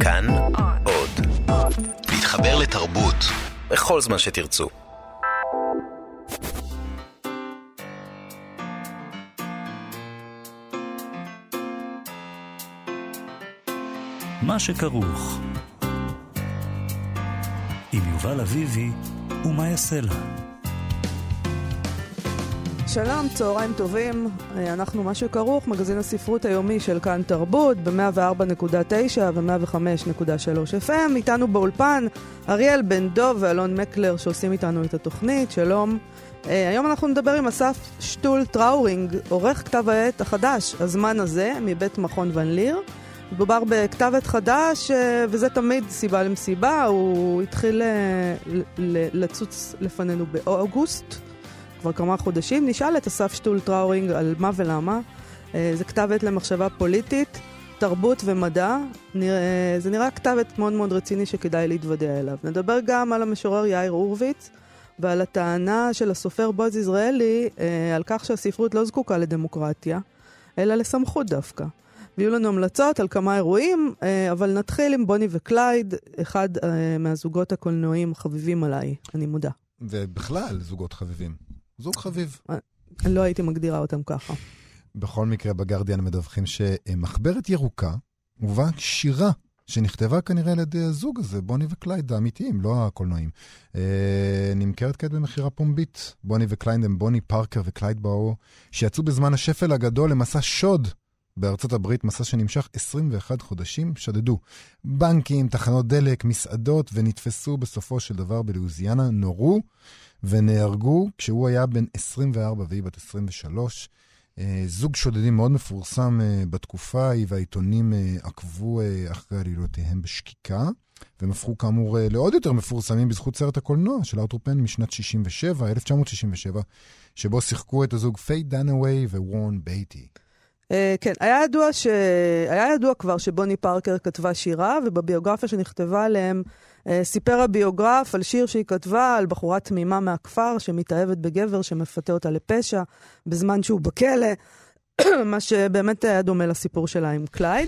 כאן עוד. להתחבר לתרבות בכל זמן שתרצו. מה שכרוך עם יובל אביבי ומה יעשה לה. שלום, צהריים טובים. אנחנו מה שכרוך, מגזין הספרות היומי של כאן תרבות ב-104.9 ו-105.3 FM. איתנו באולפן אריאל בן דוב ואלון מקלר שעושים איתנו את התוכנית. שלום. היום אנחנו נדבר עם אסף שטול טראורינג, עורך כתב העת החדש, הזמן הזה, מבית מכון ון ליר. מדובר בכתב עת חדש, וזה תמיד סיבה למסיבה. הוא התחיל לצוץ לפנינו באוגוסט. כבר כמה חודשים. נשאל את אסף שטול טראורינג על מה ולמה. זה כתב עת למחשבה פוליטית, תרבות ומדע. זה נראה כתב עת מאוד מאוד רציני שכדאי להתוודע אליו. נדבר גם על המשורר יאיר הורוביץ, ועל הטענה של הסופר בועז יזרעאלי על כך שהספרות לא זקוקה לדמוקרטיה, אלא לסמכות דווקא. ויהיו לנו המלצות על כמה אירועים, אבל נתחיל עם בוני וקלייד, אחד מהזוגות הקולנועיים חביבים עליי, אני מודה. ובכלל, זוגות חביבים. זוג חביב. לא הייתי מגדירה אותם ככה. בכל מקרה, בגרדיאן מדווחים שמחברת ירוקה, ובה שירה שנכתבה כנראה על ידי הזוג הזה, בוני וקלייד האמיתיים, לא הקולנועים. נמכרת כעת במחירה פומבית. בוני וקלייד הם בוני פארקר וקלייד באו, שיצאו בזמן השפל הגדול למסע שוד בארצות הברית, מסע שנמשך 21 חודשים, שדדו בנקים, תחנות דלק, מסעדות, ונתפסו בסופו של דבר בלואיזיאנה, נורו ונהרגו כשהוא היה בן 24 והיא בת 23. זוג שודדים מאוד מפורסם בתקופה ההיא, והעיתונים עקבו אחרי עלילותיהם בשקיקה, והם הפכו כאמור לעוד יותר מפורסמים בזכות סרט הקולנוע של ארתור פן משנת 1967, שבו שיחקו את הזוג פיי דנאווי ווורן בייטי. כן, היה ידוע כבר שבוני פארקר כתבה שירה, ובביוגרפיה שנכתבה עליהם סיפר הביוגרף על שיר שהיא כתבה על בחורה תמימה מהכפר שמתאהבת בגבר שמפתה אותה לפשע בזמן שהוא בכלא, מה שבאמת היה דומה לסיפור שלה עם קלייד.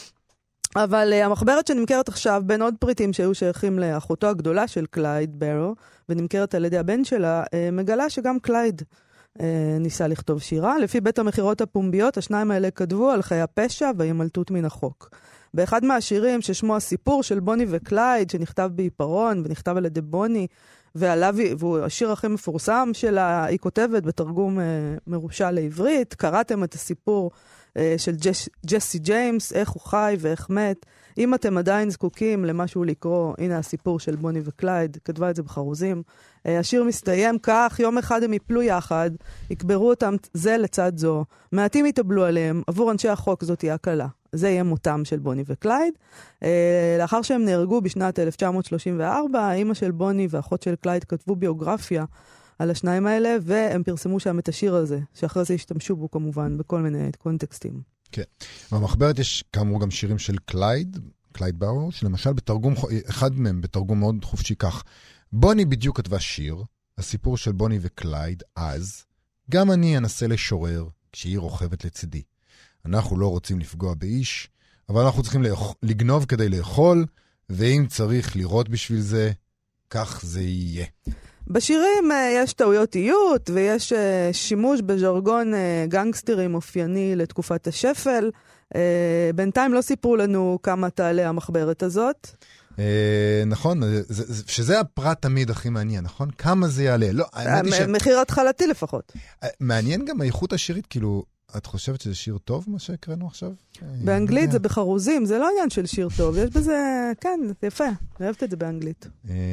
אבל המחברת שנמכרת עכשיו בין עוד פריטים שהיו שייכים לאחותו הגדולה של קלייד ברו, ונמכרת על ידי הבן שלה, מגלה שגם קלייד ניסה לכתוב שירה. לפי בית המחירות הפומביות, השניים האלה כתבו על חיי הפשע והימלטות מן החוק. באחד מהשירים ששמו הסיפור של בוני וקלייד, שנכתב בעיפרון ונכתב על ידי בוני, והוא השיר הכי מפורסם שלה, היא כותבת בתרגום מרושע לעברית. קראתם את הסיפור של ג'סי ג'יימס, איך הוא חי ואיך מת. אם אתם עדיין זקוקים למשהו לקרוא, הנה הסיפור של בוני וקלייד, כתבה את זה בחרוזים. השיר מסתיים כך, יום אחד הם יפלו יחד, יקברו אותם זה לצד זו, מעטים יתאבלו עליהם, עבור אנשי החוק זאת תהיה הקלה. זה יהיה מותם של בוני וקלייד. לאחר שהם נהרגו בשנת 1934, האמא של בוני ואחות של קלייד כתבו ביוגרפיה על השניים האלה, והם פרסמו שם את השיר הזה, שאחרי זה השתמשו בו כמובן בכל מיני קונטקסטים. כן. במחברת יש כאמור גם שירים של קלייד באו, שלמשל בתרגום, אחד מהם בתרגום מאוד חופשי כך, בוני בדיוק כתבה שיר, הסיפור של בוני וקלייד, אז גם אני אנסה לשורר כשהיא רוכבת לצדי. אנחנו לא רוצים לפגוע באיש, אבל אנחנו צריכים לגנוב כדי לאכול, ואם צריך לראות בשביל זה, כך זה יהיה. בשירים יש טעויות איות, ויש שימוש בז'רגון גנגסטרים אופייני לתקופת השפל. בינתיים לא סיפרו לנו כמה תעלה המחברת הזאת. נכון, שזה הפרט תמיד הכי מעניין, נכון? כמה זה יעלה? לא, מחיר התחלתי לפחות. מעניין גם האיכות השירית, כאילו, את חושבת שזה שיר טוב, מה שהקראנו עכשיו? באנגלית זה בחרוזים, זה לא עניין של שיר טוב. יש בזה, כן, זה יפה. אני אוהבת את זה באנגלית.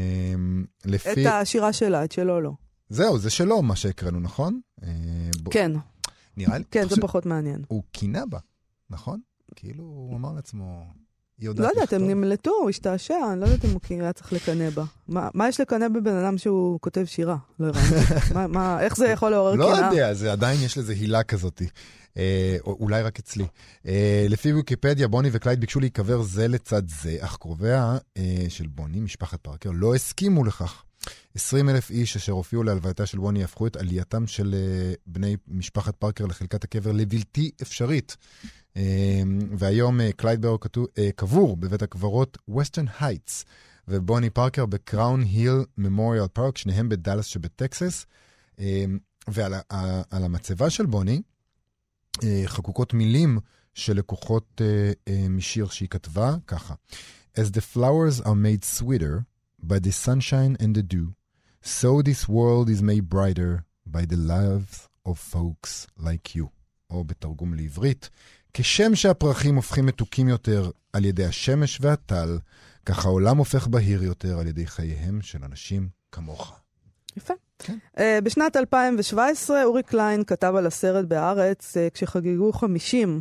את השירה שלה, את שלו לא. זהו, זה שלו מה שהקראנו, נכון? כן. נראה לי. כן, זה פחות מעניין. הוא קינה בה, נכון? כאילו, הוא אמר לעצמו, לא יודעת, הם נמלטו, הוא השתעשע, אני לא יודעת אם הוא היה צריך לקנה בה. מה יש לקנה בבן אדם שהוא כותב שירה? לא הבנתי. איך זה יכול לעורר קנאה? לא יודע, זה עדיין יש לזה הילה כזאת. אולי רק אצלי. לפי ויקיפדיה, בוני וקלייד ביקשו להיקבר זה לצד זה, אך קרוביה של בוני, משפחת פארקר, לא הסכימו לכך. 20,000 איש אשר הופיעו להלווייתה של בוני הפכו את עלייתם של בני משפחת פארקר לחלקת הקבר לבלתי אפשרית. והיום קליידברג קבור בבית הקברות ווסטרן הייטס, ובוני פארקר בקראון היל ממוריאל פארק, שניהם בדלס שבטקסס. ועל המצבה של בוני חקוקות מילים שלקוחות משיר שהיא כתבה ככה: As the flowers are made sweeter by the sunshine and the dew, so this world is made brighter by the lives of folks like you. או בתרגום לעברית, כשם שהפרחים הופכים מתוקים יותר על ידי השמש והטל, כך העולם הופך בהיר יותר על ידי חייהם של אנשים כמוך. יפה. כן. בשנת 2017 אורי קליין כתב על הסרט בארץ כשחגגו 50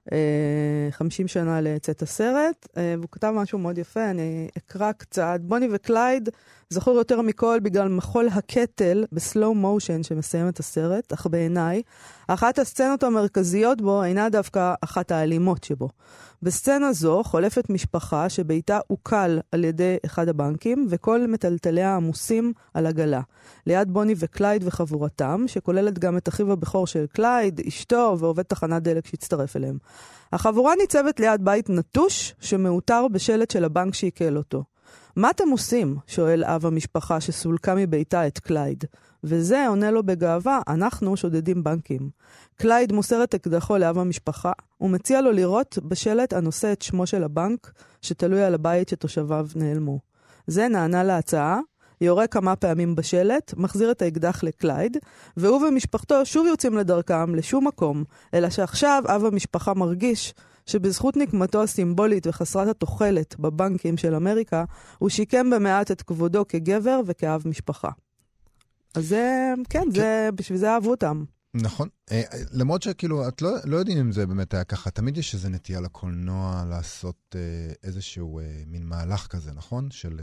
שנה לצאת הסרט, והוא כתב משהו מאוד יפה, אני אקרא קצת. בוני וקלייד זכור יותר מכל בגלל מחול הקטל בסלואו מושן שמסיים את הסרט, אך בעיניי אחת הסצנות המרכזיות בו אינה דווקא אחת האלימות שבו. בסצנה זו חולפת משפחה שביתה הוקל על ידי אחד הבנקים, וכל מטלטליה עמוסים על עגלה. ליד בוני וקלייד וחבורתם, שכוללת גם את אחיו הבכור של קלייד, אשתו ועובד תחנת דלק שהצטרף אליהם. החבורה ניצבת ליד בית נטוש שמאותר בשלט של הבנק שיקל אותו. מה אתם עושים? שואל אב המשפחה שסולקה מביתה את קלייד. וזה עונה לו בגאווה, אנחנו שודדים בנקים. קלייד מוסר את אקדחו לאב המשפחה, ומציע לו לראות בשלט הנושא את שמו של הבנק, שתלוי על הבית שתושביו נעלמו. זה נענה להצעה, יורה כמה פעמים בשלט, מחזיר את האקדח לקלייד, והוא ומשפחתו שוב יוצאים לדרכם לשום מקום, אלא שעכשיו אב המשפחה מרגיש שבזכות נקמתו הסימבולית וחסרת התוחלת בבנקים של אמריקה, הוא שיקם במעט את כבודו כגבר וכאב משפחה. אז זה, כן, זה, בשביל זה אהבו אותם. נכון. למרות שכאילו, את לא יודעים אם זה באמת היה ככה, תמיד יש איזו נטייה לקולנוע לעשות איזשהו מין מהלך כזה, נכון? של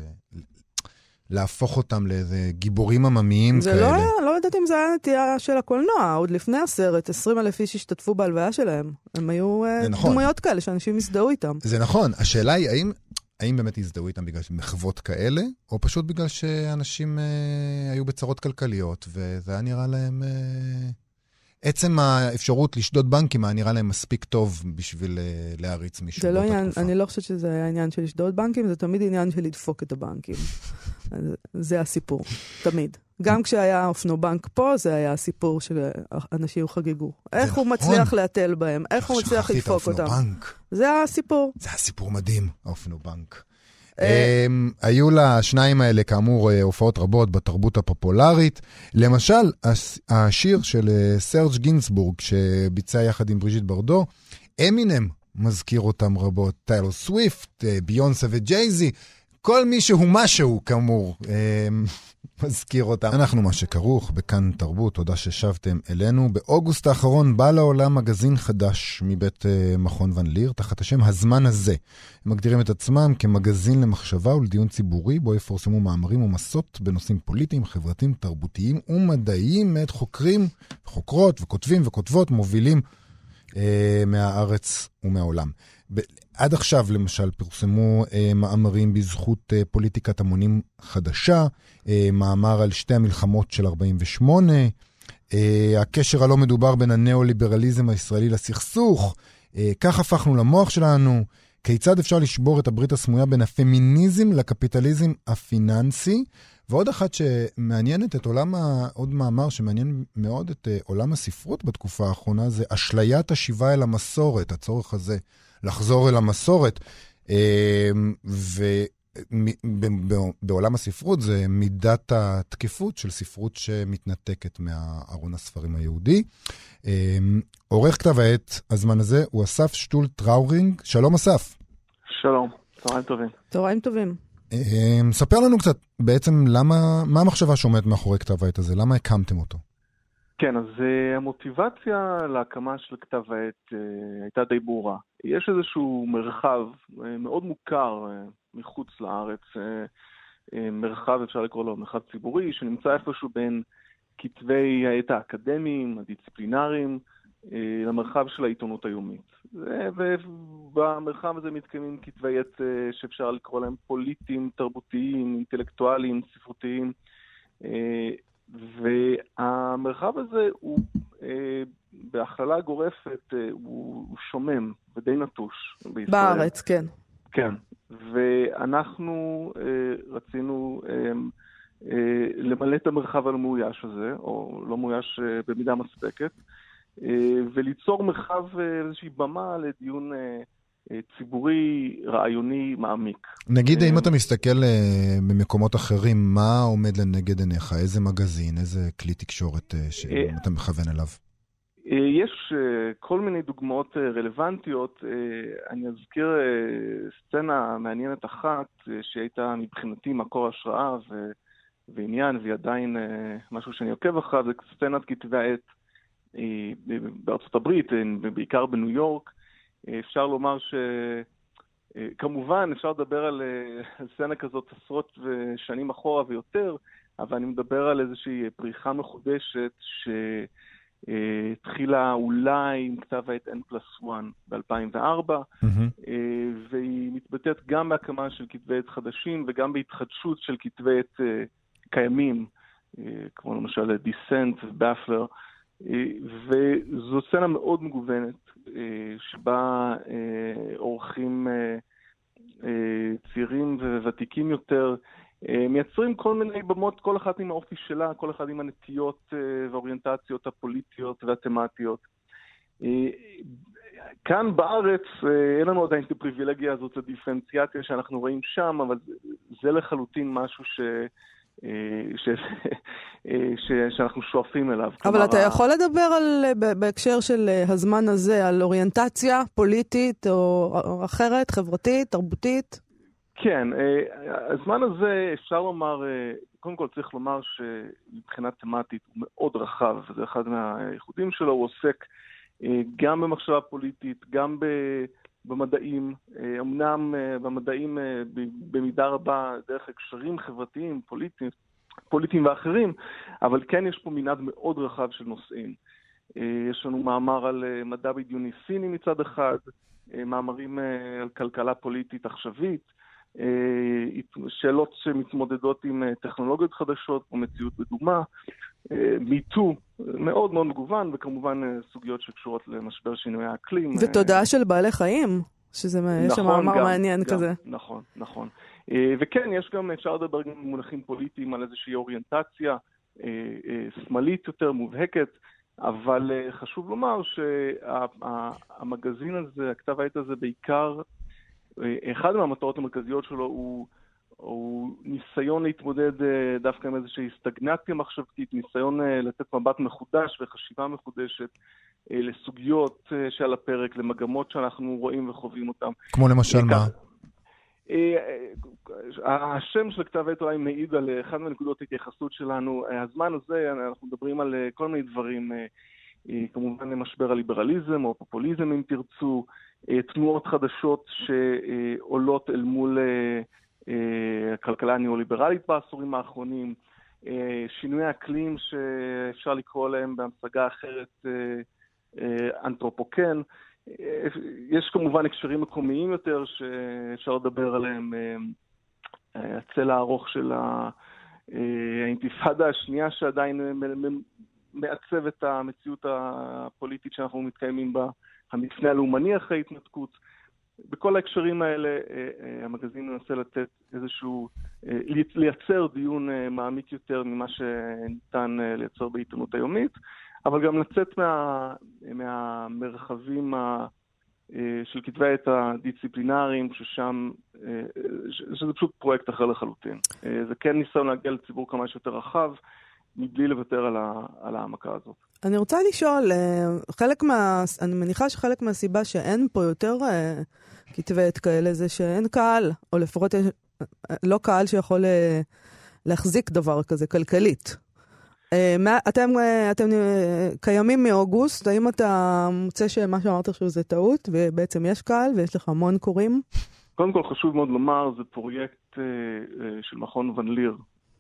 להפוך אותם לאיזה גיבורים עממיים זה כאלה. זה לא יודעת אם זה היה נטייה של הקולנוע, עוד לפני הסרט, 20,000 איש השתתפו בהלוויה שלהם. הם היו דמויות כאלה שאנשים הזדהו איתם. זה נכון. השאלה היא, האם באמת הזדהו איתם בגלל מחוות כאלה, או פשוט בגלל שאנשים היו בצרות כלכליות, וזה היה נראה להם עצם האפשרות לשדוד בנקים, היה נראה להם מספיק טוב בשביל להריץ מישהו. זה לא עניין, אני לא חושבת שזה היה עניין של לשדוד בנקים, זה תמיד עניין של לדפוק את הבנקים. זה הסיפור, תמיד. גם כשהיה אופנובנק פה, זה היה הסיפור שאנשים חגגו. איך הוא מצליח להטל בהם, איך הוא מצליח לדפוק אותם. זה הסיפור. זה הסיפור מדהים, האופנובנק. היו לשניים האלה כאמור הופעות רבות בתרבות הפופולרית. למשל, השיר של סרג' גינסבורג שביצע יחד עם בריז'יט ברדו, אמינם מזכיר אותם רבות, טיילור סוויפט, ביונסה וג'ייזי, כל מי שהוא משהו כאמור מזכיר אותם. אנחנו מה שכרוך בכאן תרבות, תודה ששבתם אלינו. באוגוסט האחרון בא לעולם מגזין חדש מבית מכון ון ליר, תחת השם הזמן הזה. הם מגדירים את עצמם כמגזין למחשבה ולדיון ציבורי, בו יפורסמו מאמרים ומסות בנושאים פוליטיים, חברתיים, תרבותיים ומדעיים, מאת חוקרים, חוקרות וכותבים וכותבות מובילים מהארץ ומהעולם. עד עכשיו, למשל, פרסמו מאמרים בזכות פוליטיקת המונים חדשה, מאמר על שתי המלחמות של 48, הקשר הלא מדובר בין הנאו-ליברליזם הישראלי לסכסוך, כך הפכנו למוח שלנו, כיצד אפשר לשבור את הברית הסמויה בין הפמיניזם לקפיטליזם הפיננסי, ועוד אחת שמעניינת את עוד מאמר שמעניין מאוד את עולם הספרות בתקופה האחרונה, זה אשליית השיבה אל המסורת, הצורך הזה לחזור אל המסורת, ובעולם הספרות זה מידת התקפות של ספרות שמתנתקת מהארון הספרים היהודי. עורך כתב העת הזמן הזה הוא אסף שטול טראורינג. שלום אסף. שלום, צהריים טובים. צהריים טובים. ספר לנו קצת בעצם מה המחשבה שעומדת מאחורי כתב העת הזה, למה הקמתם אותו? כן, אז המוטיבציה להקמה של כתב העת הייתה די ברורה. יש איזשהו מרחב מאוד מוכר מחוץ לארץ, מרחב, אפשר לקרוא לו מרחב ציבורי, שנמצא איפשהו בין כתבי העת האקדמיים, הדיסציפלינריים, למרחב של העיתונות היומית. ובמרחב הזה מתקיימים כתבי עת שאפשר לקרוא להם פוליטיים, תרבותיים, אינטלקטואליים, ספרותיים, והמרחב הזה הוא בהכללה גורפת הוא שומם ודי נטוש בישראל. בארץ, כן. כן, ואנחנו רצינו למלא את המרחב המאויש הזה, או לא מאויש במידה מספקת, וליצור מרחב, איזושהי במה לדיון ציבורי, רעיוני, מעמיק. נגיד, אם אתה מסתכל במקומות אחרים, מה עומד לנגד עיניך? איזה מגזין, איזה כלי תקשורת שאתה מכוון אליו? יש כל מיני דוגמאות רלוונטיות. אני אזכיר סצנה מעניינת אחת, שהייתה מבחינתי מקור השראה ועניין, והיא עדיין משהו שאני עוקב אחריו, זה סצנת כתבי העת בארצות הברית, בעיקר בניו יורק. אפשר לומר כמובן אפשר לדבר על סצנה כזאת עשרות שנים אחורה ויותר, אבל אני מדבר על איזושהי פריחה מחודשת שהתחילה אולי עם כתב העת N+1 ב-2004, והיא מתבטאת גם בהקמה של כתבי עת חדשים וגם בהתחדשות של כתבי עת קיימים, כמו למשל דיסנט ובאפלר, וזו סצנה מאוד מגוונת, שבה אורחים צעירים וותיקים יותר מייצרים כל מיני במות, כל אחת עם האופי שלה, כל אחד עם הנטיות והאוריינטציות הפוליטיות והתמטיות. כאן בארץ אין לנו עדיין את הפריבילגיה הזאת, הדיפרנציאציה שאנחנו רואים שם, אבל זה לחלוטין משהו שאנחנו שואפים אליו. אבל אתה יכול לדבר בהקשר של הזמן הזה, על אוריינטציה פוליטית או אחרת, חברתית, תרבותית? כן, הזמן הזה אפשר לומר, קודם כל צריך לומר שמבחינה תמטית הוא מאוד רחב, זה אחד מהייחודים שלו, הוא עוסק גם במחשבה פוליטית, גם במדעים, אמנם במדעים במידה רבה דרך הקשרים חברתיים, פוליטיים ואחרים, אבל כן יש פה מנעד מאוד רחב של נושאים. יש לנו מאמר על מדע בדיוני סיני מצד אחד, מאמרים על כלכלה פוליטית עכשווית, שאלות שמתמודדות עם טכנולוגיות חדשות או מציאות בדומה, מיטו מאוד מאוד מגוון, וכמובן סוגיות שקשורות למשבר שינוי האקלים. ותודעה של בעלי חיים, שזה יש מאמר מעניין כזה. נכון, נכון. וכן, יש גם, אפשר לדבר גם במונחים פוליטיים על איזושהי אוריינטציה שמאלית יותר מובהקת, אבל חשוב לומר שהמגזין הזה, הכתב העת הזה בעיקר, אחד מהמטרות המרכזיות שלו הוא ניסיון להתמודד דווקא עם איזושהי סטגנציה מחשבתית, ניסיון לתת מבט מחודש וחשיבה מחודשת לסוגיות שעל הפרק, למגמות שאנחנו רואים וחווים אותם. כמו למשל מה? השם של כתב העת אולי מעיד על אחד מהנקודות ההתייחסות שלנו. הזמן הזה אנחנו מדברים על כל מיני דברים, כמובן משבר הליברליזם או הפופוליזם אם תרצו, תנועות חדשות שעולות אל מול הכלכלה הניאו-ליברלית בעשורים האחרונים, שינוי אקלים שאפשר לקרוא להם בהמשגה אחרת אנתרופוקן. יש כמובן הקשרים מקומיים יותר שאפשר לדבר עליהם, הצלע הארוך של האינתיפאדה השנייה שעדיין מעצב את המציאות הפוליטית שאנחנו מתקיימים בה, המפנה הלאומני אחרי התנתקות. בכל ההקשרים האלה המגזין מנסה לתת איזשהו, לייצר דיון מעמיק יותר ממה שניתן לייצר בעיתונות היומית, אבל גם לצאת מהמרחבים של כתבי העת הדיסציפלינריים, ששם, שזה פשוט פרויקט אחר לחלוטין. זה כן ניסיון להגיע לציבור כמה שיותר רחב, מבלי לוותר על העמקה הזאת. אני רוצה לשאול, אני מניחה שחלק מהסיבה שאין פה יותר כתבי עת כאלה, זה שאין קהל, או לפחות לא קהל שיכול להחזיק דבר כזה, כלכלית. אתם קיימים מאוגוסט, האם אתה מוצא שמה שאמרת שזה טעות, ובעצם יש קהל ויש לך המון קוראים? קודם כל חשוב מאוד לומר, זה פרויקט של מכון ון ליר,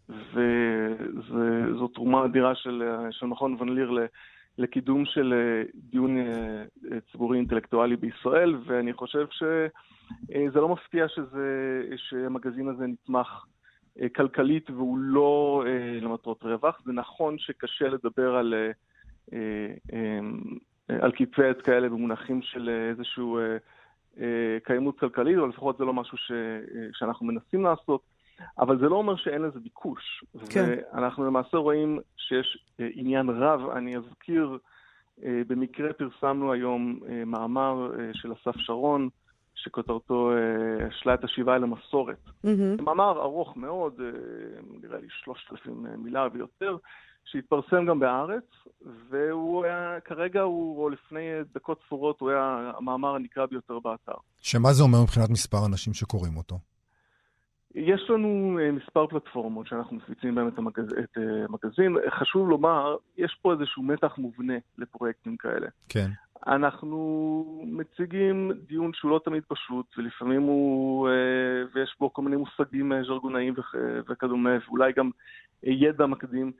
וזו תרומה אדירה של מכון ון ליר לקידום של דיון ציבורי אינטלקטואלי בישראל, ואני חושב שזה לא מפתיע שהמגזין הזה נתמך כלכלית והוא לא למטרות רווח. זה נכון שקשה לדבר על על כתבי עת כאלה במונחים של איזשהו קיימות כלכלית, או לפחות זה לא משהו שאנחנו מנסים לעשות, אבל זה לא אומר שאין לזה ביקוש. כן. ואנחנו למעשה רואים שיש עניין רב. אני אזכיר, במקרה פרסמנו היום מאמר של אסף שרון, שכותרתו אשליית השיבה אל המסורת. מאמר ארוך מאוד, נראה לי 3,000 מילה ויותר, שהתפרסם גם בארץ, והוא היה, כרגע או לפני דקות ספורות, הוא היה המאמר הנקרא ביותר באתר. שמה זה אומר מבחינת מספר אנשים שקוראים אותו? יש לנו מספר פלטפורמות שאנחנו מפיצים בהם את המגזין. חשוב לומר, יש פה איזשהו מתח מובנה לפרויקטים כאלה. כן. אנחנו מציגים דיון שהוא לא תמיד פשוט, ולפעמים ויש בו כל מיני מושגים ז'רגונאיים וכדומה, ואולי גם ידע מקדים.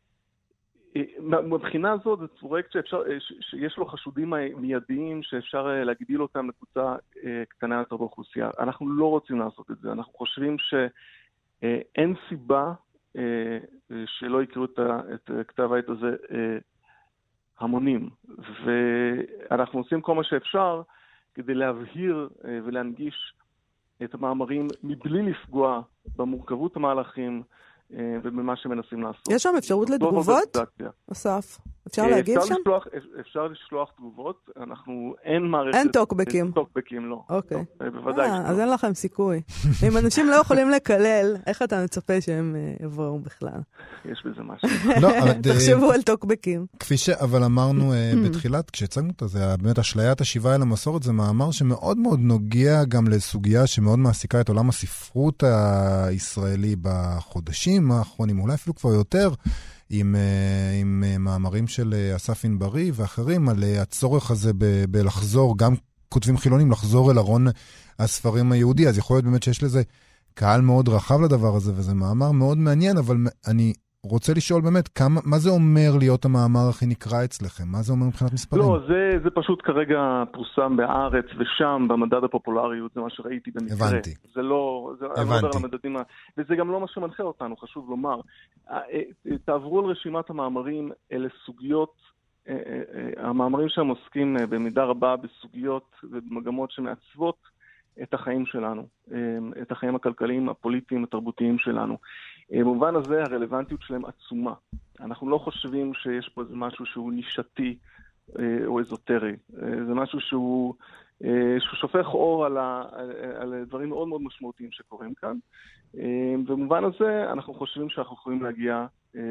מבחינה הזאת זה פרויקט שיש לו חשודים מיידיים שאפשר להגדיל אותם לקבוצה קטנה יותר באוכלוסייה. אנחנו לא רוצים לעשות את זה. אנחנו חושבים שאין סיבה שלא יקראו את כתב העת הזה המונים. ואנחנו עושים כל מה שאפשר כדי להבהיר ולהנגיש את המאמרים מבלי לפגוע במורכבות המהלכים, ובמה שמנסים לעשות. יש שם אפשרות לתגובות? אסף, אפשר להגיד שם? אפשר לשלוח תגובות. אין מערכת... אין טוקבקים. טוקבקים, לא. אוקיי. בוודאי. אז אין לכם סיכוי. אם אנשים לא יכולים לקלל, איך אתה מצפה שהם יבואו בכלל? יש בזה משהו. תחשבו על טוקבקים. כפי אבל אמרנו בתחילת, כשהצגנו את זה, באמת אשליית השיבה אל המסורת, זה מאמר שמאוד מאוד נוגע גם לסוגיה שמאוד מעסיקה את עולם הספרות הישראלי בחודשים האחרונים, אולי אפילו כבר יותר, עם מאמרים של אסף ענברי ואחרים, על הצורך הזה בלחזור, גם כותבים חילונים, לחזור אל ארון הספרים היהודי. אז יכול להיות באמת שיש לזה קהל מאוד רחב לדבר הזה, וזה מאמר מאוד מעניין, אבל אני רוצה לשאול באמת, מה זה אומר להיות המאמר הכי נקרא אצלכם? מה זה אומר מבחינת מספרים? לא, זה פשוט כרגע פורסם בארץ ושם, במדד הפופולריות, זה מה שראיתי במקרה. הבנתי. זה לא, הבנתי. המדדים, וזה גם לא מה שמנחה אותנו, חשוב לומר. תעברו על רשימת המאמרים, אלה סוגיות, המאמרים שם עוסקים במידה רבה בסוגיות ובמגמות שמעצבות את החיים שלנו, את החיים הכלכליים, הפוליטיים, התרבותיים שלנו. במובן הזה הרלוונטיות שלהם עצומה. אנחנו לא חושבים שיש פה איזה משהו שהוא נישתי או אזוטרי. זה משהו שהוא שופך אור על דברים מאוד מאוד משמעותיים שקורים כאן. במובן הזה אנחנו חושבים שאנחנו יכולים להגיע,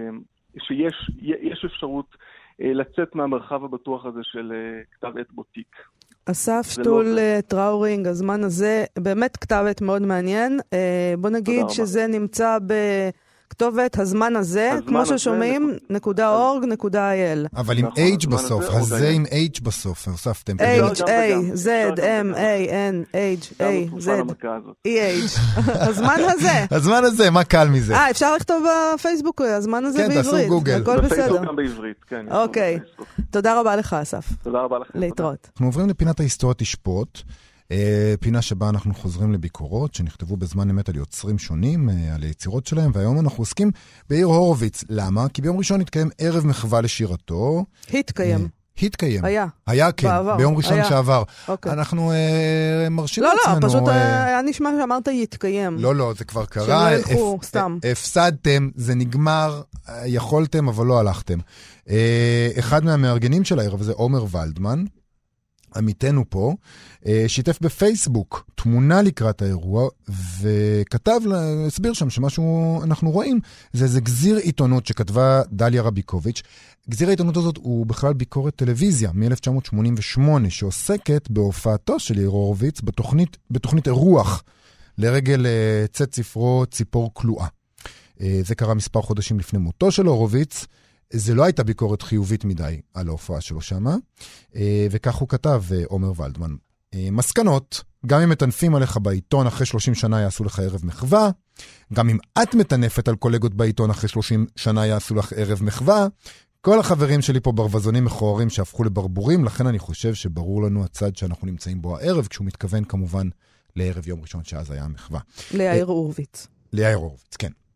שיש אפשרות לצאת מהמרחב הבטוח הזה של כתב עת בוטיק. אסף שטול טראורינג, הזמן הזה, באמת כתב עת מאוד מעניין. בוא נגיד שזה נמצא בכתובת הזמן הזה, כמו ששומעים, .org.il. אבל עם H בסוף, הזה עם H בסוף, הוספתם. H-A-Z-M-A-N-H-A-Z-E-H. הזמן הזה. הזמן הזה, מה קל מזה? אפשר לכתוב בפייסבוק, הזמן הזה בעברית. כן, תעשו גוגל. הכל בסדר. בפייסבוק גם בעברית, כן. אוקיי. תודה רבה לך, אסף. תודה רבה לכם. להתראות. אנחנו עוברים לפינת ההיסטוריה תשפוט, פינה שבה אנחנו חוזרים לביקורות שנכתבו בזמן אמת על יוצרים שונים, על היצירות שלהם, והיום אנחנו עוסקים בעיר הורוביץ. למה? כי ביום ראשון התקיים ערב מחווה לשירתו. התקיים. היה, כן, בעבר. ביום ראשון שעבר. אוקיי. אנחנו מרשים לעצמנו. לא, פשוט היה נשמע שאמרת יתקיים. לא, זה כבר קרה. שלא ילכו, סתם. הפסדתם, זה נגמר, יכולתם, אבל לא הלכתם. אחד מהמארגנים של הערב הזה, עומר ולדמן, עמיתנו פה, שיתף בפייסבוק תמונה לקראת האירוע, וכתב, הסביר שם שמשהו אנחנו רואים, זה איזה גזיר עיתונות שכתבה דליה רביקוביץ'. גזיר העיתונות הזאת הוא בכלל ביקורת טלוויזיה מ-1988, שעוסקת בהופעתו של יאיר הורוביץ בתוכנית אירוח, לרגל צאת ספרו ציפור כלואה. זה קרה מספר חודשים לפני מותו של הורוביץ, זה לא הייתה ביקורת חיובית מדי על ההופעה שלו שמה, וכך הוא כתב, עומר ולדמן. מסקנות, גם אם מטנפים עליך בעיתון אחרי 30 שנה יעשו לך ערב מחווה, גם אם את מטנפת על קולגות בעיתון אחרי 30 שנה יעשו לך ערב מחווה, כל החברים שלי פה ברווזונים מכוערים שהפכו לברבורים, לכן אני חושב שברור לנו הצד שאנחנו נמצאים בו הערב, כשהוא מתכוון כמובן לערב יום ראשון שאז היה המחווה. ליאיר הורוביץ. ליאיר הורוביץ, כן.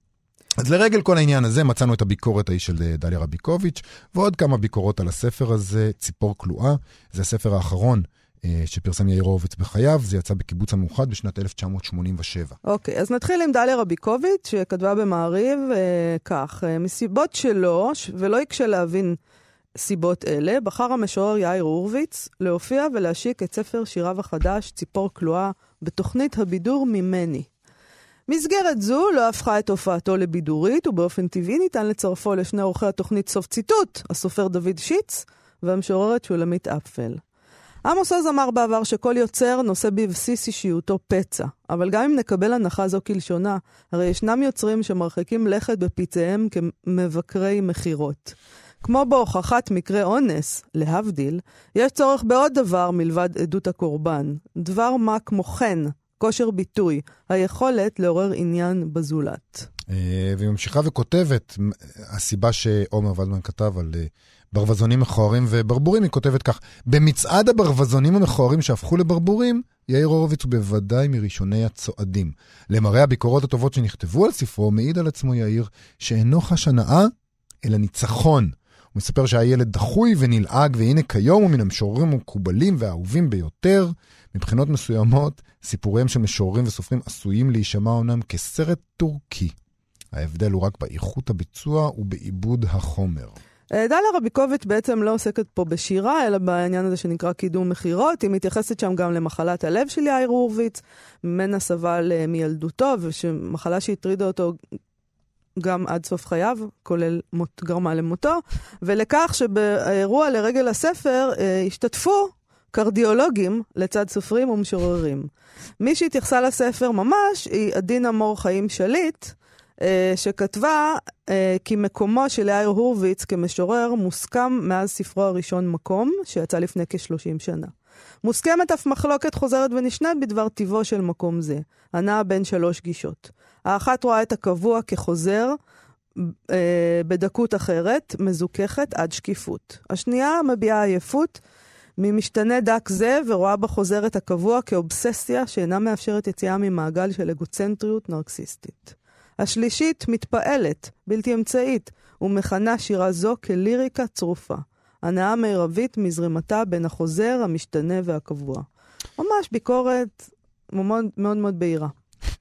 אז לרגל כל העניין הזה מצאנו את הביקורת ההיא של דליה רביקוביץ' ועוד כמה ביקורות על הספר הזה, ציפור כלואה. זה הספר האחרון שפרסם יאיר הורוביץ בחייו, זה יצא בקיבוץ המאוחד בשנת 1987. אוקיי, אז נתחיל עם דליה רביקוביץ' שכתבה במעריב כך, מסיבות שלו, ולא יקשה להבין סיבות אלה, בחר המשורר יאיר הורוביץ להופיע ולהשיק את ספר שיריו החדש, ציפור כלואה, בתוכנית הבידור ממני. מסגרת זו לא הפכה את הופעתו לבידורית, ובאופן טבעי ניתן לצרפו לשני עורכי התוכנית סוף ציטוט, הסופר דוד שיץ והמשוררת שולמית אפפל. עמוס עוז אמר בעבר שכל יוצר נושא בבסיס אישיותו פצע, אבל גם אם נקבל הנחה זו כלשונה, הרי ישנם יוצרים שמרחיקים לכת בפיציהם כמבקרי מחירות. כמו בהוכחת מקרה אונס, להבדיל, יש צורך בעוד דבר מלבד עדות הקורבן, דבר מה כמו כן, כושר ביטוי, היכולת לעורר עניין בזולת. והיא ממשיכה וכותבת, הסיבה שעומר ולדמן כתב על ברווזונים מכוערים וברבורים, היא כותבת כך, במצעד הברווזונים המכוערים שהפכו לברבורים, יאיר הורוביץ הוא בוודאי מראשוני הצועדים. למראה הביקורות הטובות שנכתבו על ספרו, מעיד על עצמו יאיר שאינו חש הנאה, אלא ניצחון. הוא מספר שהילד דחוי ונלעג, והנה כיום הוא מן המשוררים המקובלים והאהובים ביותר. מבחינות מסוימות, סיפוריהם של משוררים וסופרים עשויים להישמע אומנם כסרט טורקי. ההבדל הוא רק באיכות הביצוע ובעיבוד החומר. דליה רביקוביץ' בעצם לא עוסקת פה בשירה, אלא בעניין הזה שנקרא קידום מחירות. היא מתייחסת שם גם למחלת הלב של יאיר הורוביץ, ממנה סבל מילדותו, ומחלה שהטרידה אותו גם עד סוף חייו, כולל גרמה למותו, ולכך שבאירוע לרגל הספר השתתפו קרדיולוגים לצד סופרים ומשוררים. מי שהתייחסה לספר ממש היא עדינה מור חיים שליט, שכתבה כי מקומו של יאיר הורוביץ כמשורר מוסכם מאז ספרו הראשון מקום, שיצא לפני כ-30 שנה. מוסכמת אף מחלוקת חוזרת ונשנית בדבר טיבו של מקום זה, הנעה בין 3 גישות. האחת רואה את הקבוע כחוזר בדקות אחרת, מזוכחת עד שקיפות. השנייה מביעה עייפות ממשתנה דק זה, ורואה בחוזר את הקבוע כאובססיה שאינה מאפשרת יציאה ממעגל של אגוצנטריות נרקסיסטית. השלישית מתפעלת, בלתי אמצעית, ומכנה שירה זו כליריקה צרופה. הנאה מירבית מזרימתה בין החוזר, המשתנה והקבוע. ממש ביקורת מאוד מאוד מאוד בהירה.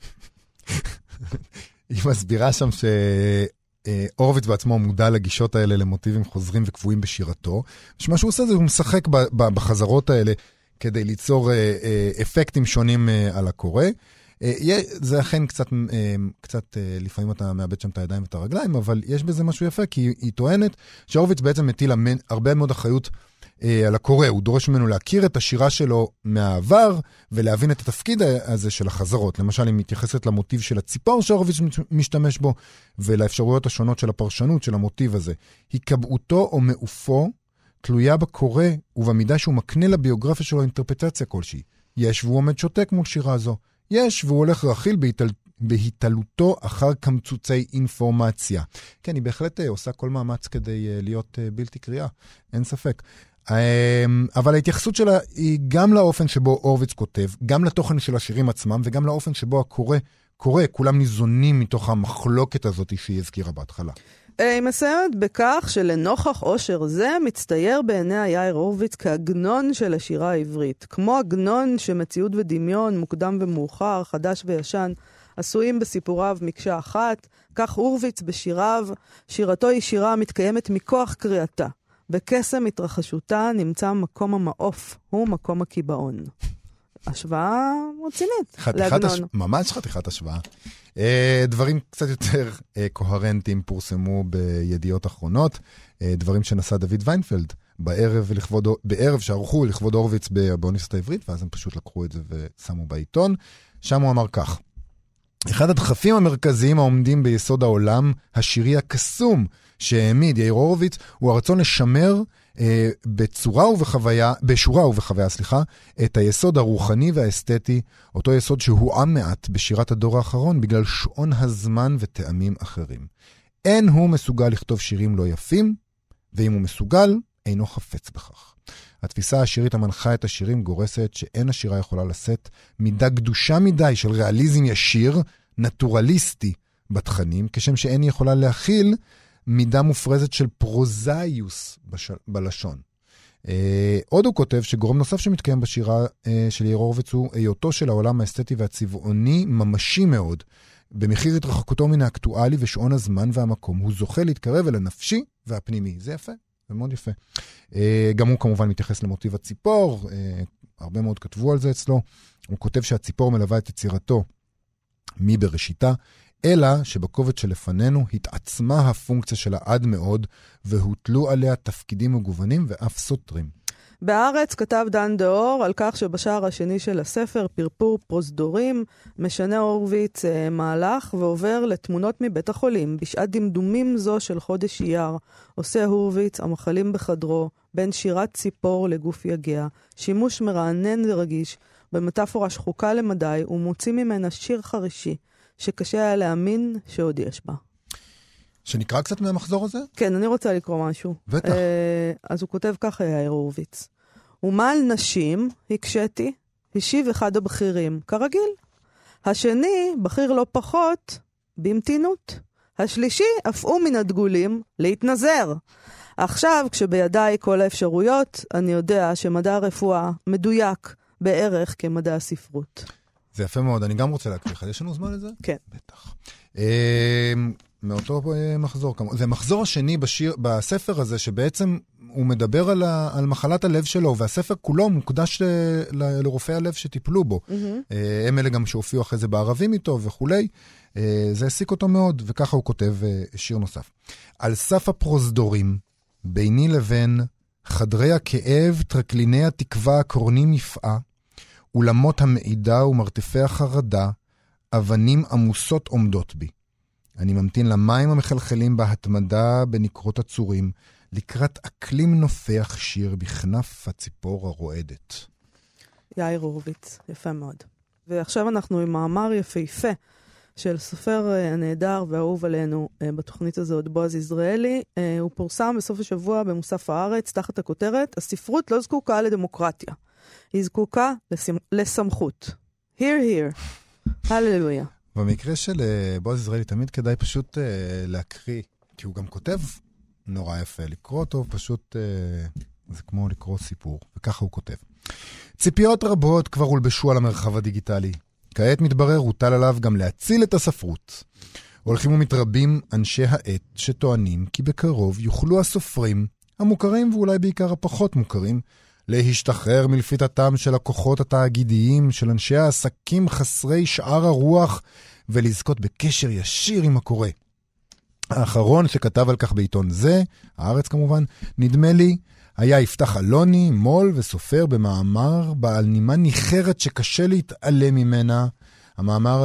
היא מסבירה שם שהורוביץ בעצמו מודע לגישות האלה למוטיבים חוזרים וקבועים בשירתו, שמה שהוא עושה זה הוא משחק בחזרות האלה כדי ליצור אפקטים שונים על הקורא. זה אכן קצת לפעמים אתה מאבד שם את הידיים ואת הרגליים, אבל יש בזה משהו יפה, כי היא טוענת שהורוביץ בעצם מטיל הרבה מאוד אחריות על הקורא. הוא דורש ממנו להכיר את השירה שלו מהעבר, ולהבין את התפקיד הזה של החזרות. למשל, היא מתייחסת למוטיב של הציפור שהורוביץ משתמש בו, ולאפשרויות השונות של הפרשנות של המוטיב הזה. הקבעותו או מעופו תלויה בקורא, ובמידה שהוא מקנה לביוגרפיה שלו אינטרפטציה כלשהי. יש והוא עומד שותק מול שירה זו. יש והוא הולך רכיל בהתעלותו אחר קמצוצי אינפורמציה. כן, היא בהחלט עושה כל מאמץ כדי להיות בלתי קריאה, אין ספק. אבל ההתייחסות שלה היא גם לאופן שבו הורוביץ כותב, גם לתוכן של השירים עצמם, וגם לאופן שבו הקורא, כולם ניזונים מתוך המחלוקת הזאת שהיא הזכירה בהתחלה. היא מסיימת בכך שלנוכח עושר זה מצטייר בעיני יאיר הורוביץ כעגנון של השירה העברית. כמו עגנון שמציאות ודמיון, מוקדם ומאוחר, חדש וישן, עשויים בסיפוריו מקשה אחת, כך הורוביץ בשיריו, שירתו היא שירה המתקיימת מכוח קריאתה. בקסם התרחשותה נמצא מקום המעוף, הוא מקום הקיבעון. השוואה רצינית לעגנון. ממש חתיכת השוואה. דברים קצת יותר קוהרנטיים פורסמו בידיעות אחרונות, דברים שנשא דוד ויינפלד בערב שערכו לכבוד הורוביץ באוניברסיטה העברית, ואז הם פשוט לקחו את זה ושמו בעיתון. שם הוא אמר כך: אחד הדחפים המרכזיים העומדים ביסוד העולם השירי הקסום שהעמיד יאיר הורוביץ הוא הרצון לשמר בשורה ובחוויה, את היסוד הרוחני והאסתטי, אותו יסוד שהועם מעט בשירת הדור האחרון בגלל שעון הזמן וטעמים אחרים. אין הוא מסוגל לכתוב שירים לא יפים, ואם הוא מסוגל, אינו חפץ בכך. התפיסה השירית המנחה את השירים גורסת שאין השירה יכולה לשאת מידה קדושה מדי של ריאליזם ישיר, נטורליסטי, בתכנים, כשם שאין היא יכולה להכיל מידה מופרזת של פרוזאיוס בלשון. עוד הוא כותב שגורם נוסף שמתקיים בשירה של יאיר הורוביץ הוא היותו של העולם האסתטי והצבעוני ממשי מאוד. במחיר התרחקותו מן האקטואלי ושעון הזמן והמקום, הוא זוכה להתקרב אל הנפשי והפנימי. זה יפה, זה מאוד יפה. גם הוא כמובן מתייחס למוטיב הציפור, הרבה מאוד כתבו על זה אצלו. הוא כותב שהציפור מלווה את יצירתו מבראשיתה, אלא שבקובץ שלפנינו התעצמה הפונקציה שלה עד מאוד, והוטלו עליה תפקידים מגוונים ואף סותרים. בארץ כתב דן דאור על כך שבשער השני של הספר, פרפור פרוזדורים, משנה הורוביץ מהלך ועובר לתמונות מבית החולים. בשעת דמדומים זו של חודש אייר, עושה הורוביץ המחלים בחדרו, בין שירת ציפור לגוף יגע, שימוש מרענן ורגיש, במטאפורה שחוקה למדי, ומוציא ממנה שיר חרישי, שקשה היה להאמין שעוד יש בה. שנקרא קצת מהמחזור הזה? כן, אני רוצה לקרוא משהו. בטח. אז הוא כותב ככה, יאיר הורוביץ. ומה על נשים, הקשתי, השיב אחד הבכירים, כרגיל. השני, בכיר לא פחות, במתינות. השלישי, אף הוא מן הדגולים, להתנזר. עכשיו, כשבידיי כל האפשרויות, אני יודע שמדע הרפואה מדויק בערך כמדע הספרות. זה יפה מאוד, אני גם רוצה להקריא לך. יש לנו זמן לזה? כן. בטח. מאותו מחזור. זה מחזור השני בספר הזה, שבעצם הוא מדבר על מחלת הלב שלו, והספר כולו מוקדש לרופאי הלב שטיפלו בו. הם אלה גם שהופיעו אחרי זה בערבים איתו וכולי. זה העסיק אותו מאוד, וככה הוא כותב שיר נוסף. על סף הפרוזדורים, ביני לבין חדרי הכאב, טרקליני התקווה, קורנים מפעה, אולמות המעידה ומרתפי החרדה, אבנים עמוסות עומדות בי. אני ממתין למים המחלחלים בהתמדה בנקרות הצורים, לקראת אקלים נופח שיר בכנף הציפור הרועדת. יאיר הורוביץ, יפה מאוד. ועכשיו אנחנו עם מאמר יפהפה של סופר הנהדר והאהוב עלינו בתוכנית הזאת, בועז יזרעאלי. הוא פורסם בסוף השבוע במוסף הארץ, תחת הכותרת, הספרות לא זקוקה לדמוקרטיה. היא זקוקה לסמכות. Here, here. הללויה. במקרה של בועז יזרעאלי תמיד כדאי פשוט להקריא, כי הוא גם כותב נורא יפה. לקרוא אותו פשוט, זה כמו לקרוא סיפור, וככה הוא כותב. ציפיות רבות כבר הולבשו על המרחב הדיגיטלי. כעת מתברר הוטל עליו גם להציל את הספרות. הולכים ומתרבים אנשי העת שטוענים כי בקרוב יוכלו הסופרים, המוכרים ואולי בעיקר הפחות מוכרים, להשתחרר מלפיתתם של הכוחות התאגידיים, של אנשי העסקים חסרי שאר הרוח, ולזכות בקשר ישיר עם הקורא. האחרון שכתב על כך בעיתון זה, הארץ כמובן, נדמה לי, היה יפתח אלוני, מול וסופר במאמר בעל נימה ניחרת שקשה להתעלם ממנה. המאמר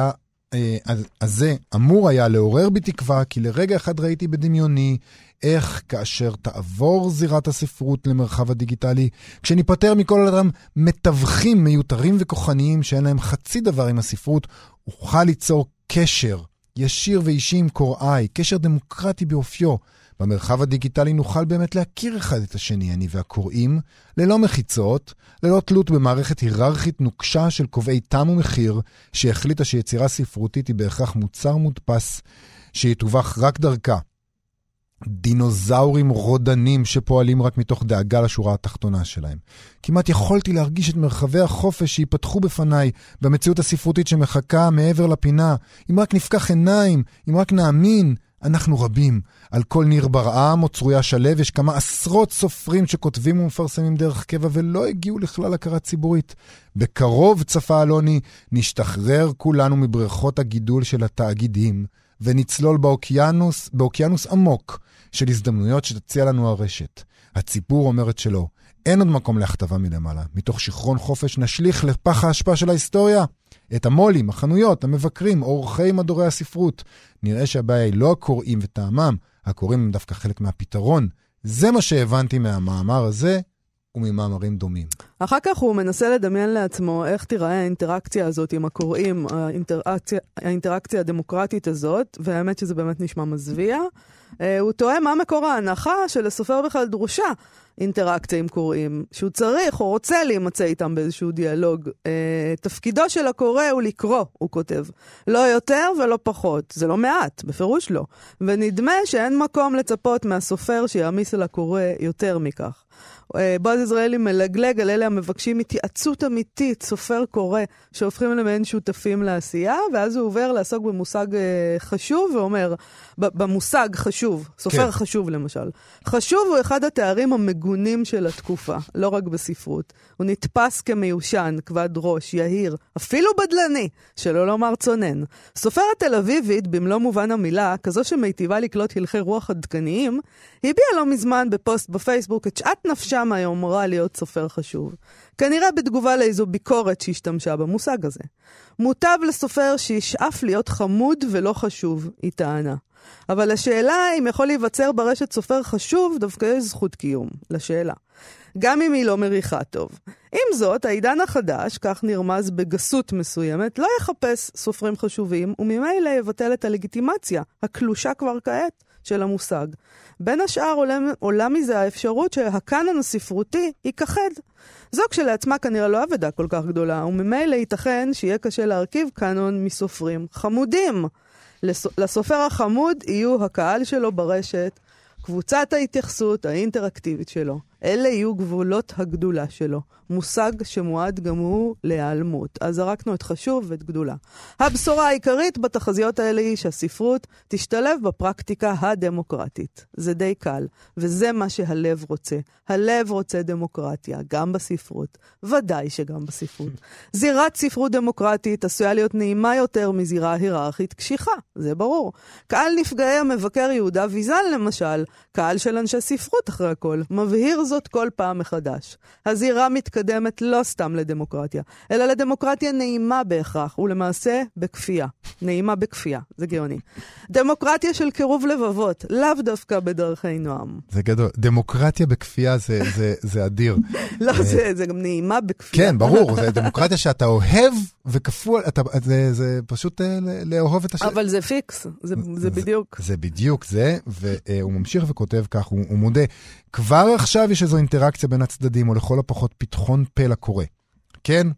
הזה אמור היה לעורר בתקווה, כי לרגע אחד ראיתי בדמיוני איך כאשר תעבור זירת הספרות למרחב הדיגיטלי, כשניפטר מכל אותם מתווכים מיותרים וכוחניים שאין להם חצי דבר עם הספרות, אוכל ליצור קשר ישיר ואישי עם קוראי, קשר דמוקרטי באופיו. במרחב הדיגיטלי נוכל באמת להכיר אחד את השני, אני והקוראים, ללא מחיצות, ללא תלות במערכת היררכית נוקשה של קובעי טעם ומחיר, שהחליטה שיצירה ספרותית היא בהכרח מוצר מודפס, שיתווך רק דרכה. דינוזאורים רודנים שפועלים רק מתוך דאגה לשורה התחתונה שלהם. כמעט יכולתי להרגיש את מרחבי החופש שיפתחו בפניי במציאות הספרותית שמחכה מעבר לפינה. אם רק נפקח עיניים, אם רק נאמין, אנחנו רבים. על כל ניר ברעם או צרויה שלב יש כמה עשרות סופרים שכותבים ומפרסמים דרך קבע ולא הגיעו לכלל הכרה ציבורית. בקרוב, צפה אלוני, נשתחרר כולנו מבריכות הגידול של התאגידים ונצלול באוקיינוס עמוק של הזדמנויות שתציע לנו הרשת. הציבור אומרת שלא. אין עוד מקום להכתבה מלמעלה. מתוך שכרון חופש נשליך לפח ההשפעה של ההיסטוריה. את המולים, החנויות, המבקרים, אורחי מדורי הספרות. נראה שהבעיה היא לא הקוראים וטעמם, הקוראים הם דווקא חלק מהפתרון. זה מה שהבנתי מהמאמר הזה וממאמרים דומים. אחר כך הוא מנסה לדמיין לעצמו איך תיראה האינטראקציה הזאת עם הקוראים, האינטראקציה הדמוקרטית הזאת, והאמת שזה באמת נשמע מזוויע. הוא טועה מה מקור ההנחה שלסופר בכלל דרושה אינטראקציה עם קוראים, שהוא צריך או רוצה להימצא איתם באיזשהו דיאלוג. תפקידו של הקורא הוא לקרוא, הוא כותב. לא יותר ולא פחות. זה לא מעט, בפירוש לא. ונדמה שאין מקום לצפות מהסופר שיעמיס על הקורא יותר מכך. בועז יזרעאלי מלגלג על אלה המבקשים התייעצות אמיתית, סופר קורא, שהופכים למעין שותפים לעשייה, ואז הוא עובר לעסוק במושג חשוב, ואומר, במושג חשוב, סופר כן. חשוב למשל. חשוב הוא אחד התארים המגונים של התקופה, לא רק בספרות. הוא נתפס כמיושן, כבד ראש, יהיר, אפילו בדלני, שלא לומר צונן. סופרת תל אביבית, במלוא מובן המילה, כזו שמיטיבה לקלוט הלכי רוח עדכניים, הביעה לא מזמן בפוסט בפייסבוק את שעת נפשה מהיומרה להיות סופר חשוב. כנראה בתגובה לאיזו ביקורת שהשתמשה במושג הזה. מוטב לסופר שישאף להיות חמוד ולא חשוב, היא טענה. אבל השאלה אם יכול להיווצר ברשת סופר חשוב, דווקא יש זכות קיום, לשאלה. גם אם היא לא מריחה טוב. עם זאת, העידן החדש, כך נרמז בגסות מסוימת, לא יחפש סופרים חשובים, וממילא יבטל את הלגיטימציה, הקלושה כבר כעת, של המושג. בין השאר עולה מזה האפשרות שהקאנון הספרותי ייכחד. זו כשלעצמה כנראה לא עבודה כל כך גדולה, וממילא ייתכן שיהיה קשה להרכיב קאנון מסופרים חמודים. לסופר החמוד יהיו הקהל שלו ברשת, קבוצת ההתייחסות האינטראקטיבית שלו. אלה יהיו גבולות הגדולה שלו. מושג שמועד גם הוא להיעלמות. אז זרקנו את חשוב ואת גדולה. הבשורה העיקרית בתחזיות האלה היא שהספרות תשתלב בפרקטיקה הדמוקרטית. זה די קל, וזה מה שהלב רוצה. הלב רוצה דמוקרטיה, גם בספרות. ודאי שגם בספרות. זירת ספרות דמוקרטית עשויה להיות נעימה יותר מזירה היררכית קשיחה, זה ברור. קהל נפגעי המבקר יהודה ויזל למשל, קהל של אנשי ספרות אחרי הכל, מבהיר זאת כל פעם מחדש. הזירה מתקדמת לא סתם לדמוקרטיה, אלא לדמוקרטיה נעימה בהכרח, ולמעשה בכפייה. נעימה בכפייה, זה גאוני. דמוקרטיה של קירוב לבבות, לאו דווקא בדרכי נועם. זה גדול. דמוקרטיה בכפייה זה אדיר. לא, זה גם נעימה בכפייה. כן, ברור. זה דמוקרטיה שאתה אוהב וכפו, זה פשוט לאהוב את השם. אבל זה פיקס, זה בדיוק. זה בדיוק זה, והוא ממשיך וכותב כך, הוא מודה. כבר עכשיו יש איזו אינטראקציה בין הצדדים, או לכל הפחות פתחון פה לקורא. כן,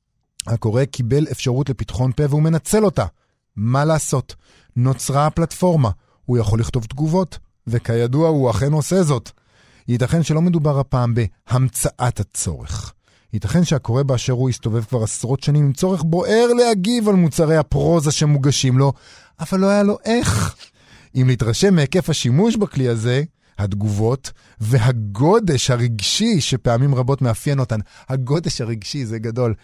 הקורא קיבל אפשרות לפתחון פה, והוא מנצל אותה. מה לעשות? נוצרה הפלטפורמה. הוא יכול לכתוב תגובות, וכידוע הוא אכן עושה זאת. ייתכן שלא מדובר הפעם בהמצאת הצורך. ייתכן שהקורא באשר הוא יסתובב כבר עשרות שנים עם צורך בוער להגיב על מוצרי הפרוזה שמוגשים לו, אבל לא היה לו איך. אם להתרשם מהיקף השימוש בכלי הזה, התגובות והגודש הרגשי שפעמים רבות מאפיין אותן. הגודש הרגשי זה גדול.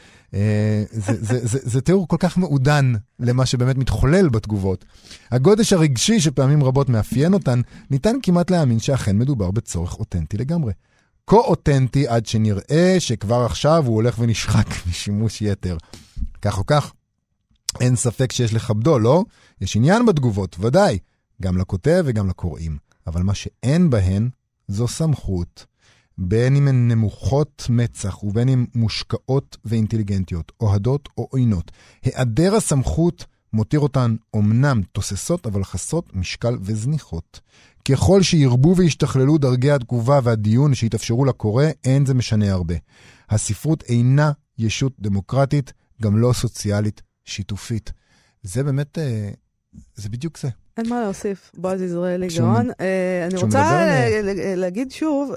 זה תיאור כל כך מעודן למה שבאמת מתחולל בתגובות. הגודש הרגשי שפעמים רבות מאפיין אותן, ניתן כמעט להאמין שאכן מדובר בצורך אותנטי לגמרי. כה אותנטי עד שנראה שכבר עכשיו הוא הולך ונשחק משימוש יתר. כך או כך, אין ספק שיש לכבדו, לא? יש עניין בתגובות, ודאי, גם לכותב וגם לקוראים. אבל מה שאין בהן זו סמכות, בין אם הן נמוכות מצח ובין אם מושקעות ואינטליגנטיות, אוהדות או עוינות. היעדר הסמכות מותיר אותן אומנם תוססות, אבל חסרות משקל וזניחות. ככל שירבו וישתכללו דרגי התגובה והדיון שהתאפשרו לקורא, אין זה משנה הרבה. הספרות אינה ישות דמוקרטית, גם לא סוציאלית שיתופית. זה באמת, זה בדיוק זה. אין מה להוסיף, בועז יזרעאלי גאון. אני רוצה להגיד שוב,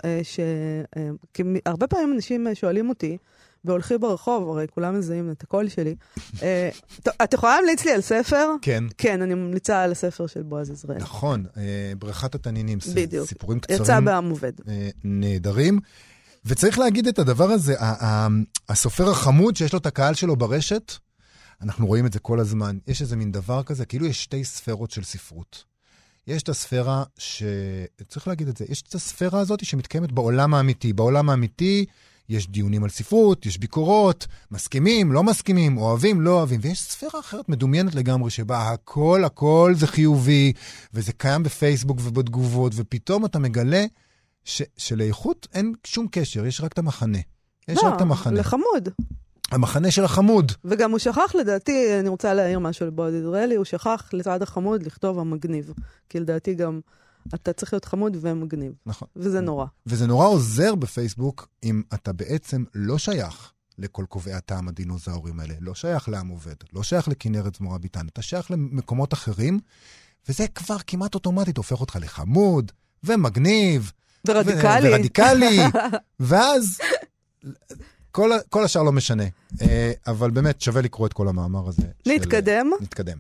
שהרבה פעמים אנשים שואלים אותי, והולכים ברחוב, הרי כולם מזהים את הקול שלי. את יכולה להמליץ לי על ספר? כן. כן, אני ממליצה על הספר של בועז יזרעאלי. נכון, בריכת התנינים. בדיוק. סיפורים קצרים. יצא בעם עובד. נהדרים. וצריך להגיד את הדבר הזה, הסופר החמוד שיש לו את הקהל שלו ברשת, אנחנו רואים את זה כל הזמן. יש איזה מין דבר כזה, כאילו יש שתי ספרות של ספרות. יש את הספירה צריך להגיד את זה, יש את הספירה הזאת שמתקיימת בעולם האמיתי. בעולם האמיתי יש דיונים על ספרות, יש ביקורות, מסכימים, לא מסכימים, אוהבים, לא אוהבים. ויש ספירה אחרת מדומיינת לגמרי שבה הכל זה חיובי, וזה קיים בפייסבוק ובתגובות, ופתאום אתה מגלה שלאיכות אין שום קשר, יש רק את המחנה. יש רק את המחנה. לחמוד. המחנה של החמוד. וגם הוא שכח, לדעתי, אני רוצה להעיר משהו לבועז יזרעאלי, הוא שכח לצד החמוד לכתוב המגניב. כי לדעתי גם אתה צריך להיות חמוד ומגניב. נכון. וזה נורא. וזה נורא עוזר בפייסבוק אם אתה בעצם לא שייך לכל קובעי הטעם הדינוזאורים האלה, לא שייך לעם עובד, לא שייך לכנרת זמורה ביטן, אתה שייך למקומות אחרים, וזה כבר כמעט אוטומטית הופך אותך לחמוד ומגניב. ורדיקלי. ואז כל השאר לא משנה. אבל באמת שווה לקרוא את כל המאמר הזה. נתקדם. נתקדם.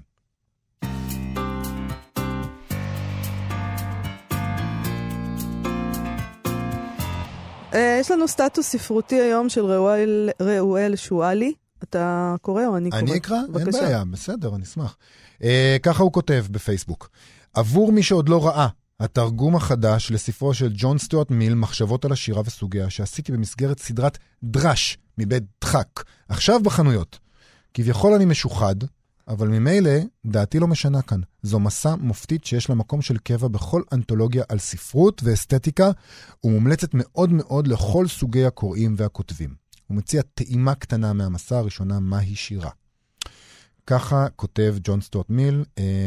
יש לנו סטטוס ספרותי היום של ראואל שואלי. אתה קורא או אני קורא? אני אקרא? אין בעיה, בסדר, אני אשמח. ככה הוא כותב בפייסבוק. עבור מי שעוד לא ראה, התרגום החדש לספרו של ג'ון סטיוארט מיל, מחשבות על השירה וסוגיה, שעשיתי במסגרת סדרת דרש מבית דחק, עכשיו בחנויות. כביכול אני משוחד, אבל ממילא דעתי לא משנה כאן. זו מסע מופתית שיש לה מקום של קבע בכל אנתולוגיה על ספרות ואסתטיקה, ומומלצת מאוד מאוד לכל סוגי הקוראים והכותבים. הוא מציע טעימה קטנה מהמסע הראשונה, מהי שירה. ככה כותב ג'ון סטיוארט מיל,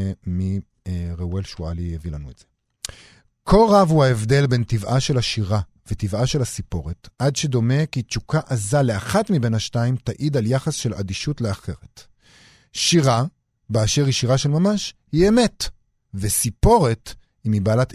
מראואל שואלי הביא לנו את זה. כה רב הוא ההבדל בין טבעה של השירה וטבעה של הסיפורת, עד שדומה כי תשוקה עזה לאחת מבין השתיים תעיד על יחס של אדישות לאחרת. שירה, באשר היא שירה של ממש, היא אמת, וסיפורת, אם היא בעלת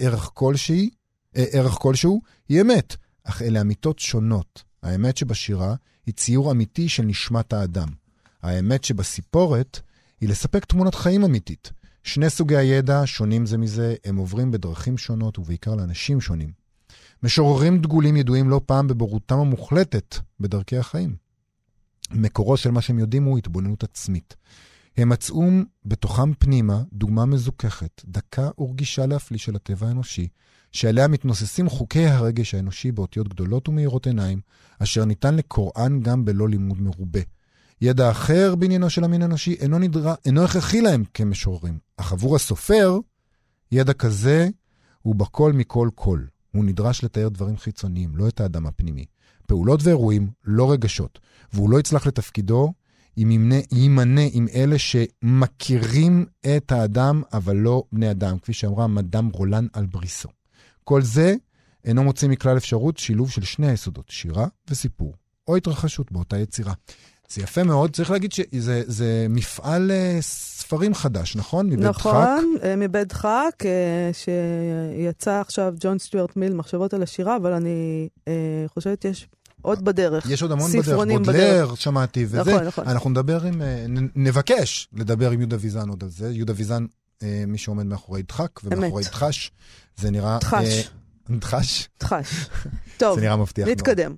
ערך כלשהו, היא אמת, אך אלה אמיתות שונות. האמת שבשירה היא ציור אמיתי של נשמת האדם. האמת שבסיפורת היא לספק תמונת חיים אמיתית. שני סוגי הידע שונים זה מזה, הם עוברים בדרכים שונות ובעיקר לאנשים שונים. משוררים דגולים ידועים לא פעם בבורותם המוחלטת בדרכי החיים. מקורו של מה שהם יודעים הוא התבוננות עצמית. הם מצאו בתוכם פנימה דוגמה מזוככת, דקה ורגישה להפליא של הטבע האנושי, שעליה מתנוססים חוקי הרגש האנושי באותיות גדולות ומאירות עיניים, אשר ניתן לקוראן גם בלא לימוד מרובה. ידע אחר בעניינו של המין האנושי אינו הכרחי להם כמשוררים, אך עבור הסופר, ידע כזה הוא בכל מכל כל. הוא נדרש לתאר דברים חיצוניים, לא את האדם הפנימי. פעולות ואירועים, לא רגשות. והוא לא יצלח לתפקידו יימנה עם אלה שמכירים את האדם, אבל לא בני אדם, כפי שאמרה מאדם רולן על בריסו. כל זה אינו מוציא מכלל אפשרות שילוב של שני היסודות, שירה וסיפור, או התרחשות באותה יצירה. זה יפה מאוד, צריך להגיד שזה מפעל ספרים חדש, נכון? מבית דחק? נכון, מבית דחק, שיצא עכשיו ג'ון סטיוארט מיל, מחשבות על השירה, אבל אני חושבת יש עוד בדרך. יש עוד המון בדרך, בודלר, שמעתי, וזה. נכון, נכון. אנחנו נבקש לדבר עם יהודה ויזן עוד על זה. יהודה ויזן, מי שעומד מאחורי דחק, ומאחורי דחש, זה נראה... דחש. דחש? דחש. טוב, זה נראה מבטיח מאוד. נתקדם.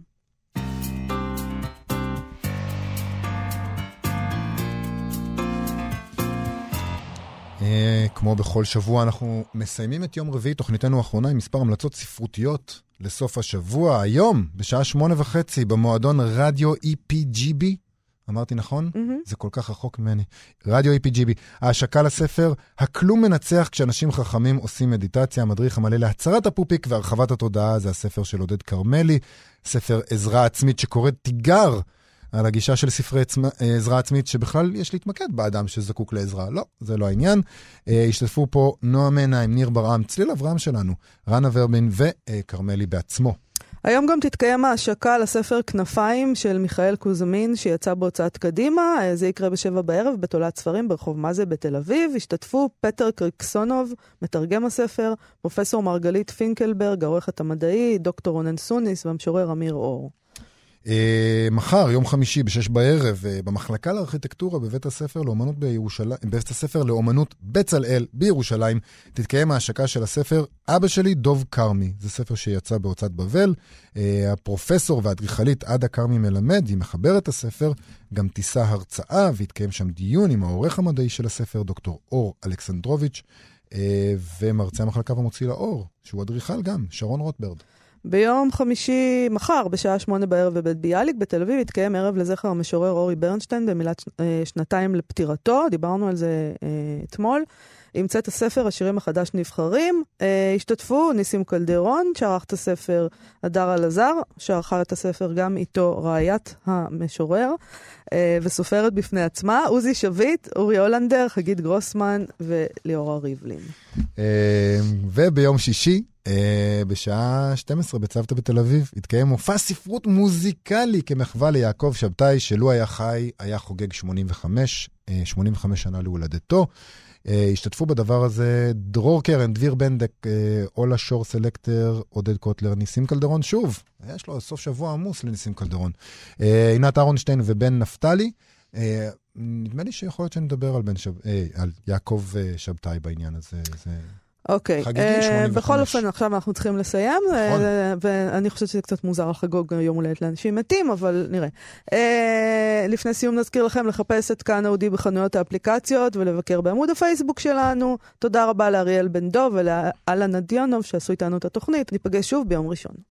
כמו בכל שבוע אנחנו מסיימים את יום רביעי, תוכניתנו האחרונה עם מספר המלצות ספרותיות לסוף השבוע. היום, בשעה 8:30, במועדון רדיו EPGB, אמרתי נכון? זה כל כך רחוק ממני. רדיו EPGB, ההשקה לספר, הכלום מנצח כשאנשים חכמים עושים מדיטציה, המדריך המלא להצרת הפופיק והרחבת התודעה, זה הספר של עודד קרמלי, ספר עזרה עצמית שקורא תיגר, על הגישה של ספרי עזרה עצמית, שבכלל יש להתמקד באדם שזקוק לעזרה. לא, זה לא העניין. השתתפו פה נועה מנה עם ניר ברעם, צליל אברהם שלנו, רנה ורבין וקרמלי בעצמו. היום גם תתקיים ההשקה לספר כנפיים של מיכאל קוזמין, שיצא בהוצאת קדימה. זה יקרה ב19:00 בתולת ספרים ברחוב מזה בתל אביב. השתתפו פטר קריקסונוב, מתרגם הספר, פרופסור מרגלית פינקלברג, העורכת המדעי, דוקטור רונן סוניס והמשורר אמיר אור. מחר, יום חמישי, ב18:00, במחלקה לארכיטקטורה בבית הספר לאומנות בירושלים, בבית הספר לאומנות בצלאל בירושלים, תתקיים ההשקה של הספר אבא שלי דוב קרמי. זה ספר שיצא בהוצאת בבל. הפרופסור והאדריכלית עדה קרמי מלמד, היא מחברת הספר, גם תישא הרצאה, והתקיים שם דיון עם העורך המדעי של הספר, דוקטור אור אלכסנדרוביץ', ומרצה המחלקה ומוציא לאור, שהוא אדריכל גם, שרון רוטברד. ביום חמישי, מחר, בשעה 8:00 בבית ביאליק, בתל אביב, התקיים ערב לזכר המשורר אורי ברנשטיין, במילת 2 לפטירתו, דיברנו על זה אתמול. המצאת הספר, השירים החדש נבחרים, השתתפו ניסים קלדרון, שערך את הספר הדר אלעזר, שערכה את הספר גם איתו רעיית המשורר, וסופרת בפני עצמה, עוזי שביט, אורי הולנדר, חגית גרוסמן וליאורה ריבלין. וביום שישי, בשעה 12 בצוותא בתל אביב, התקיים מופע ספרות מוזיקלי כמחווה ליעקב שבתאי, שלו היה חי, היה חוגג 85 שנה להולדתו. השתתפו בדבר הזה דרור קרן, דביר בנדק, אולה שור סלקטר, עודד קוטלר, ניסים קלדרון, שוב, יש לו סוף שבוע עמוס לניסים קלדרון, עינת אהרונשטיין ובן נפתלי. נדמה לי שיכול להיות שנדבר על יעקב שבתאי בעניין הזה. אוקיי, בכל אופן עכשיו אנחנו צריכים לסיים, ואני חושבת שזה קצת מוזר לחגוג יום הולדת לאנשים מתים, אבל נראה. לפני סיום נזכיר לכם לחפש את כאן אודי בחנויות האפליקציות, ולבקר בעמוד הפייסבוק שלנו. תודה רבה לאריאל בן דוב ולאלנה דיונוב שעשו איתנו את התוכנית. ניפגש שוב ביום ראשון.